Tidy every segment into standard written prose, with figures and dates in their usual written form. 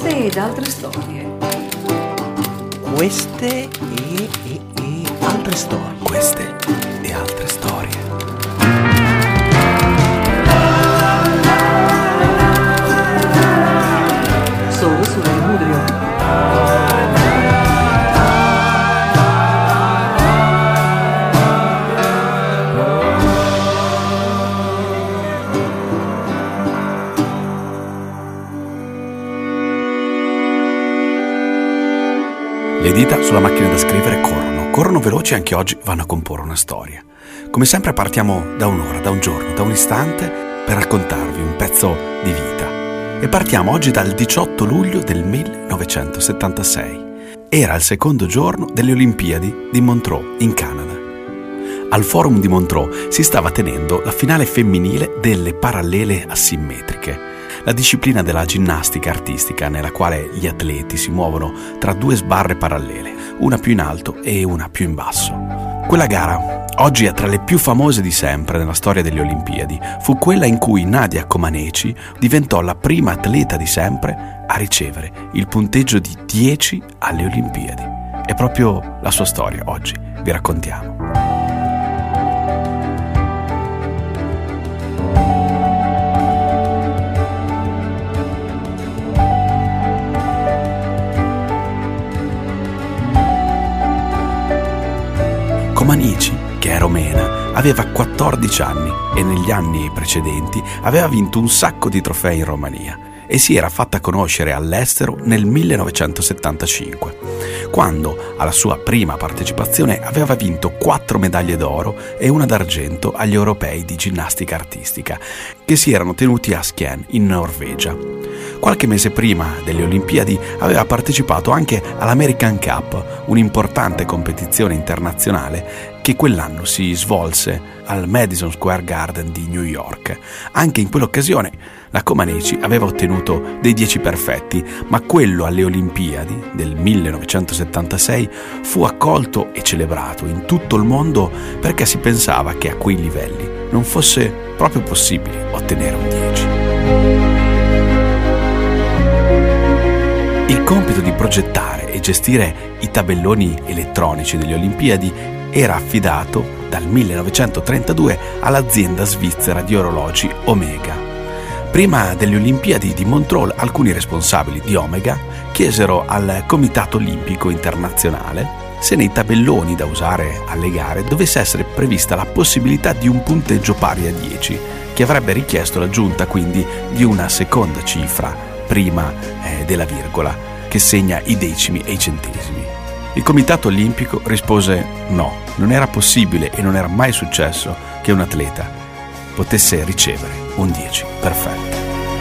Queste ed altre storie. Queste e altre storie. Queste e altre storie. Solo su Rai. Le dita sulla macchina da scrivere corrono veloci, anche oggi vanno a comporre una storia. Come sempre partiamo da un'ora, da un giorno, da un istante per raccontarvi un pezzo di vita. E partiamo oggi dal 18 luglio del 1976. Era il secondo giorno delle Olimpiadi di Montreux, in Canada. Al Forum di Montreux si stava tenendo la finale femminile delle parallele asimmetriche, la disciplina della ginnastica artistica nella quale gli atleti si muovono tra due sbarre parallele, una più in alto e una più in basso. Quella gara, oggi è tra le più famose di sempre nella storia delle Olimpiadi, fu quella in cui Nadia Comaneci diventò la prima atleta di sempre a ricevere il punteggio di 10 alle Olimpiadi. È proprio la sua storia oggi, vi raccontiamo. Comaneci, che è romena, aveva 14 anni e negli anni precedenti aveva vinto un sacco di trofei in Romania e si era fatta conoscere all'estero nel 1975, quando alla sua prima partecipazione aveva vinto 4 medaglie d'oro e una d'argento agli europei di ginnastica artistica, che si erano tenuti a Skien, in Norvegia. Qualche mese prima delle Olimpiadi aveva partecipato anche all'American Cup, un'importante competizione internazionale che quell'anno si svolse al Madison Square Garden di New York. Anche in quell'occasione la Comaneci aveva ottenuto dei 10 perfetti, ma quello alle Olimpiadi del 1976 fu accolto e celebrato in tutto il mondo perché si pensava che a quei livelli non fosse proprio possibile ottenere un 10. Il compito di progettare e gestire i tabelloni elettronici delle Olimpiadi era affidato dal 1932 all'azienda svizzera di orologi Omega. Prima delle Olimpiadi di Montreux, alcuni responsabili di Omega chiesero al Comitato Olimpico Internazionale se nei tabelloni da usare alle gare dovesse essere prevista la possibilità di un punteggio pari a 10, che avrebbe richiesto l'aggiunta quindi di una seconda cifra prima della virgola, che segna i decimi e i centesimi. Il Comitato Olimpico rispose no, non era possibile e non era mai successo che un atleta potesse ricevere un 10 perfetto.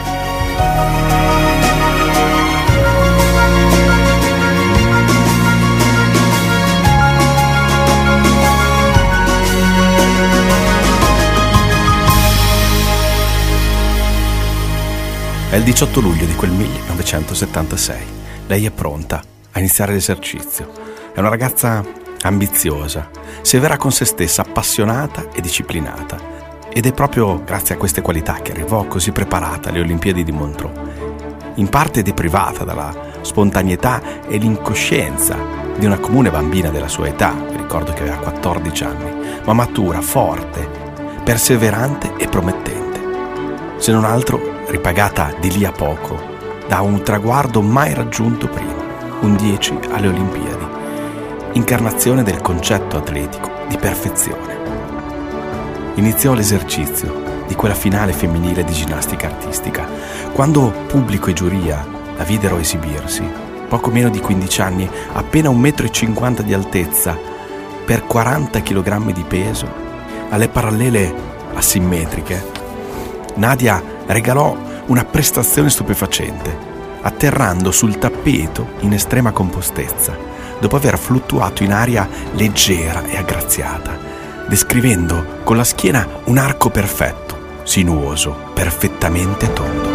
È il 18 luglio di quel 1976. Lei è pronta a iniziare l'esercizio. È una ragazza ambiziosa, severa con se stessa, appassionata e disciplinata. Ed è proprio grazie a queste qualità che arrivò così preparata alle Olimpiadi di Montreux. In parte deprivata dalla spontaneità e l'incoscienza di una comune bambina della sua età, ricordo che aveva 14 anni, ma matura, forte, perseverante e promettente. Se non altro ripagata di lì a poco da un traguardo mai raggiunto prima, un 10 alle Olimpiadi, incarnazione del concetto atletico di perfezione. Iniziò l'esercizio di quella finale femminile di ginnastica artistica, quando pubblico e giuria la videro esibirsi, poco meno di 15 anni, appena 1,50 m di altezza, per 40 kg di peso, alle parallele asimmetriche. Nadia regalò una prestazione stupefacente, atterrando sul tappeto in estrema compostezza, dopo aver fluttuato in aria leggera e aggraziata, descrivendo con la schiena un arco perfetto, sinuoso, perfettamente tondo.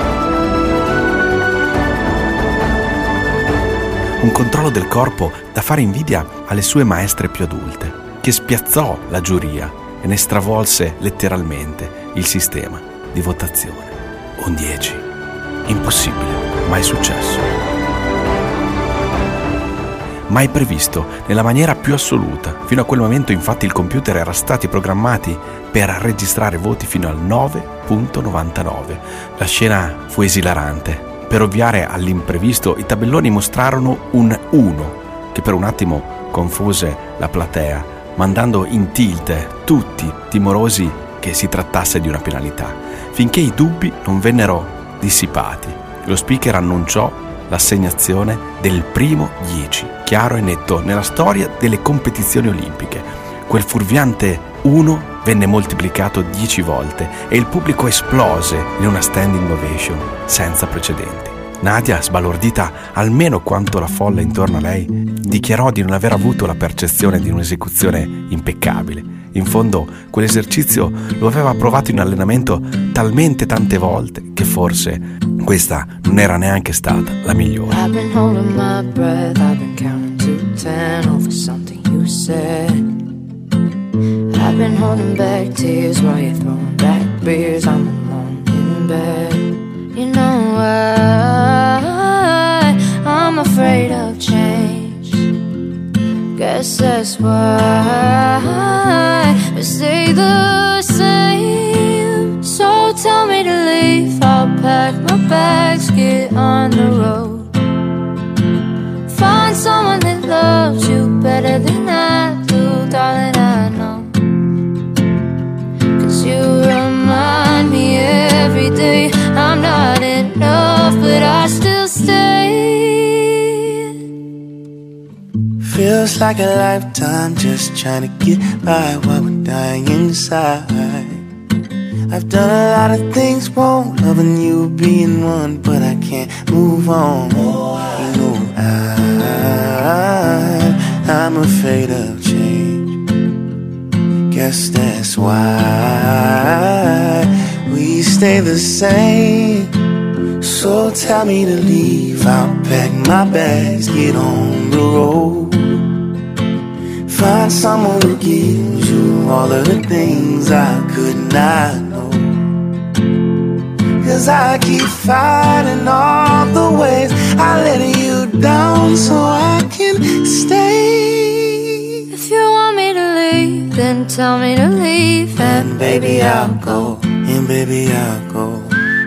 Un controllo del corpo da fare invidia alle sue maestre più adulte, che spiazzò la giuria e ne stravolse letteralmente il sistema di votazione. Un 10 impossibile, mai successo. Mai previsto nella maniera più assoluta. Fino a quel momento infatti il computer era stati programmati per registrare voti fino al 9.99. La scena fu esilarante. Per ovviare all'imprevisto i tabelloni mostrarono un 1 che per un attimo confuse la platea, mandando in tilt tutti timorosi che si trattasse di una penalità, finché i dubbi non vennero dissipati. Lo speaker annunciò l'assegnazione del primo 10, chiaro e netto nella storia delle competizioni olimpiche. Quel fuorviante 1 venne moltiplicato 10 volte e il pubblico esplose in una standing ovation senza precedenti. Nadia, sbalordita almeno quanto la folla intorno a lei, dichiarò di non aver avuto la percezione di un'esecuzione impeccabile. In fondo, quell'esercizio lo aveva provato in allenamento talmente tante volte che forse questa non era neanche stata la migliore. I've been holding my breath, I've been counting to 10 over something you said. I've been holding back tears while you're throwing back beers. I'm alone in bed. You know I'm afraid of change. Guess that's why we stay the same. So tell me to leave, I'll pack my bags, get on the road. Find someone that loves you better than I do, darling, I know. 'Cause you remind me every day I'm not enough, but I still stay. Feels like a lifetime just trying to get by while we're dying inside. I've done a lot of things wrong, loving you being one, but I can't move on. You know I'm afraid of change. Guess that's why we stay the same. So tell me to leave, I'll pack my bags, get on the road. Find someone who gives you all of the things I could not know. 'Cause I keep fighting all the ways I let you down so I can stay. If you want me to leave, then tell me to leave. And baby I'll go, and baby I'll go.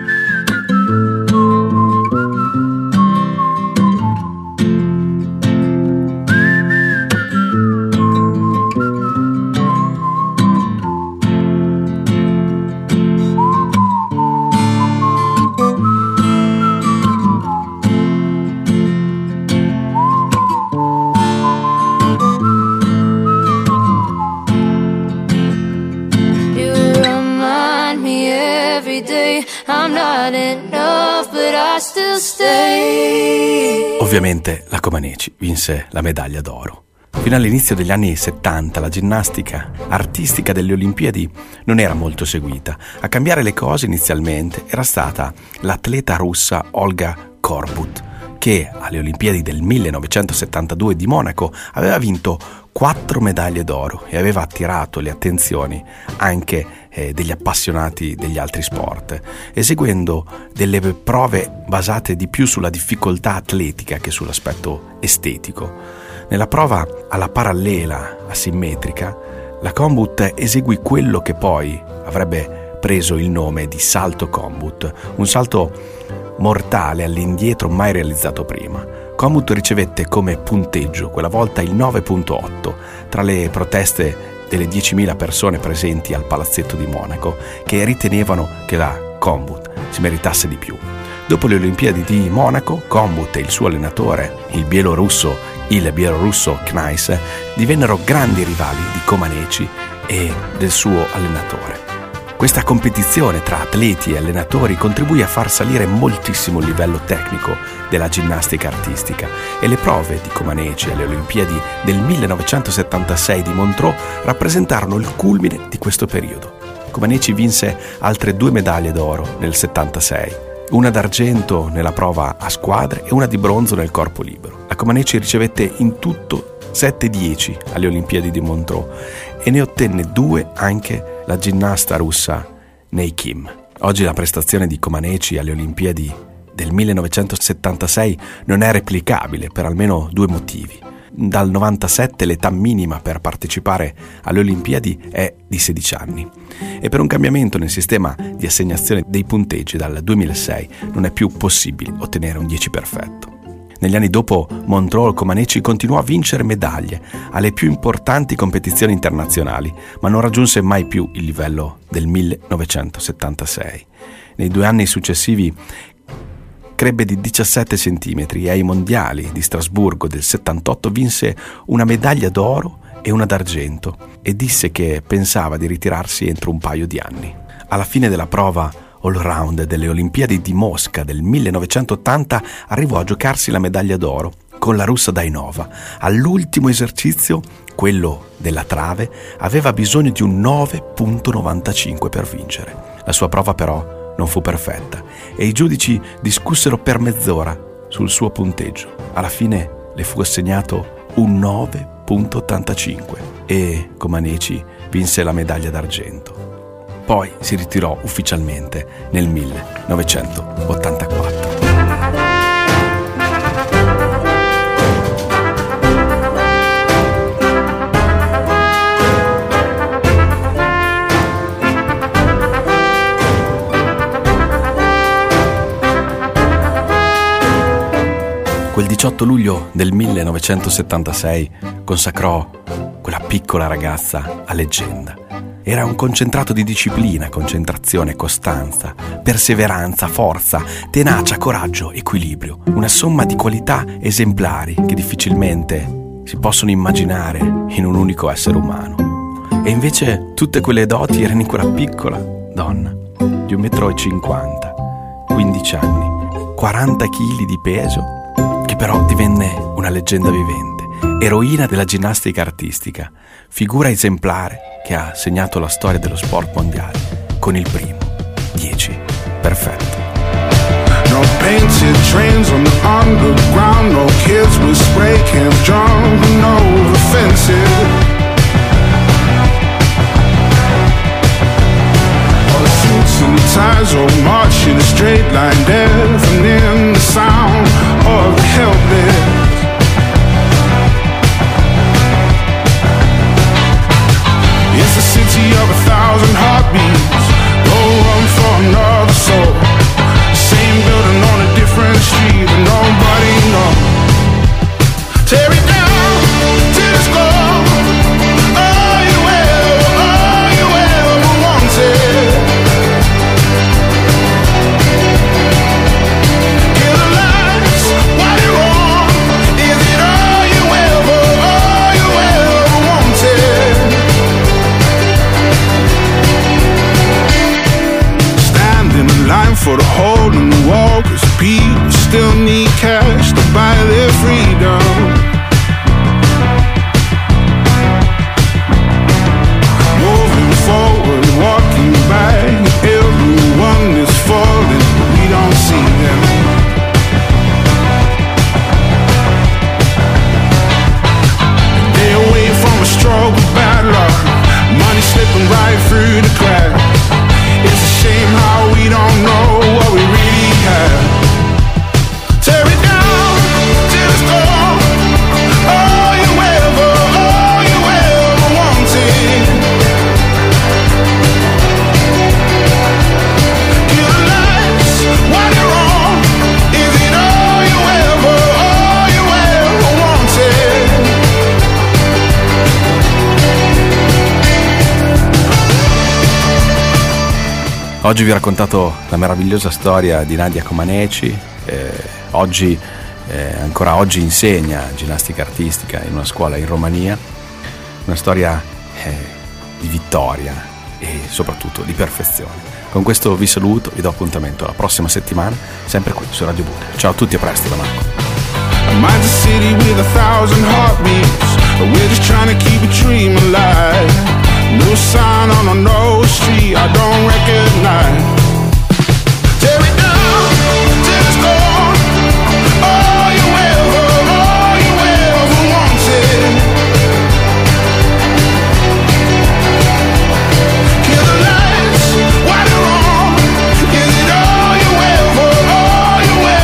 Ovviamente la Comaneci vinse la medaglia d'oro. Fino all'inizio degli anni 70 la ginnastica artistica delle Olimpiadi non era molto seguita. A cambiare le cose inizialmente era stata l'atleta russa Olga Korbut, che alle Olimpiadi del 1972 di Monaco aveva vinto 4 medaglie d'oro e aveva attirato le attenzioni anche degli appassionati degli altri sport, eseguendo delle prove basate di più sulla difficoltà atletica che sull'aspetto estetico. Nella prova alla parallela asimmetrica, la Kombut eseguì quello che poi avrebbe preso il nome di salto Kombut, un salto mortale all'indietro mai realizzato prima. Kombut ricevette come punteggio quella volta il 9.8 tra le proteste delle 10.000 persone presenti al palazzetto di Monaco, che ritenevano che la Kombut si meritasse di più. Dopo le Olimpiadi di Monaco, Kombut e il suo allenatore, il bielorusso Knais, divennero grandi rivali di Comaneci e del suo allenatore. Questa competizione tra atleti e allenatori contribuì a far salire moltissimo il livello tecnico della ginnastica artistica e le prove di Comaneci alle Olimpiadi del 1976 di Montreux rappresentarono il culmine di questo periodo. Comaneci vinse altre 2 medaglie d'oro nel 76, una d'argento nella prova a squadre e una di bronzo nel corpo libero. La Comaneci ricevette in tutto 7-10 alle Olimpiadi di Montreux e ne ottenne 2 anche la ginnasta russa Nei Kim. Oggi la prestazione di Comaneci alle Olimpiadi del 1976 non è replicabile per almeno due motivi. Dal 97 l'età minima per partecipare alle Olimpiadi è di 16 anni e per un cambiamento nel sistema di assegnazione dei punteggi dal 2006 non è più possibile ottenere un 10 perfetto. Negli anni dopo Montreux Comaneci continuò a vincere medaglie alle più importanti competizioni internazionali, ma non raggiunse mai più il livello del 1976. Nei 2 anni successivi crebbe di 17 centimetri e ai mondiali di Strasburgo del 78 vinse una medaglia d'oro e una d'argento e disse che pensava di ritirarsi entro un paio di anni. Alla fine della prova all-round delle Olimpiadi di Mosca del 1980 arrivò a giocarsi la medaglia d'oro con la russa Dainova. All'ultimo esercizio, quello della trave, aveva bisogno di un 9,95 per vincere. La sua prova però non fu perfetta e i giudici discussero per mezz'ora sul suo punteggio. Alla fine le fu assegnato un 9,85 e Comaneci vinse la medaglia d'argento. Poi si ritirò ufficialmente nel 1984. Quel 18 luglio del 1976 consacrò quella piccola ragazza a leggenda. Era un concentrato di disciplina, concentrazione, costanza, perseveranza, forza, tenacia, coraggio, equilibrio. Una somma di qualità esemplari che difficilmente si possono immaginare in un unico essere umano. E invece tutte quelle doti erano in quella piccola donna di 1,50 m, 15 anni, 40 kg di peso, che però divenne una leggenda vivente, eroina della ginnastica artistica, figura esemplare che ha segnato la storia dello sport mondiale con il primo 10 perfetto. No painted trains on the underground, no kids with spray cans jumping over fences. All the suits and the ties all march in a straight line, deafening the sound of the helpless. It's a city of 1,000 heartbeats, no room for another soul. Same building on a different street, but nobody knows. Tear it down till it's gone. All you ever wanted. Kill the lights while you're on. Is it all you ever wanted? Standing in line for the hole in the wall, 'cause people still need cash to buy their freedom. Moving forward, walking back, everyone is falling, we don't see them. They away from a stroke of bad luck, money slipping right through the cracks. It's a shame how we don't know what we really have. Tear it down till it's gone. All you ever wanted. Kill the lights while you're on. Is it all you ever wanted? Oggi vi ho raccontato la meravigliosa storia di Nadia Comaneci. Ancora oggi insegna ginnastica artistica in una scuola in Romania. Una storia di vittoria e soprattutto di perfezione. Con questo vi saluto, vi do appuntamento la prossima settimana, sempre qui su Radio Buddha. Ciao a tutti, a presto da Marco. Mine's a city with 1,000 heartbeats, but we're just trying to keep a dream alive. No sign on a no street I don't recognize. Tear it down till it's gone. All you ever wanted. Kill the lights while you're on. Is it all you ever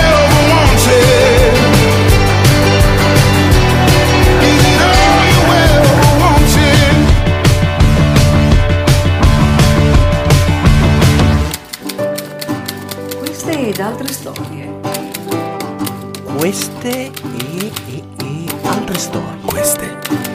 ed altre storie. Queste e altre storie. Queste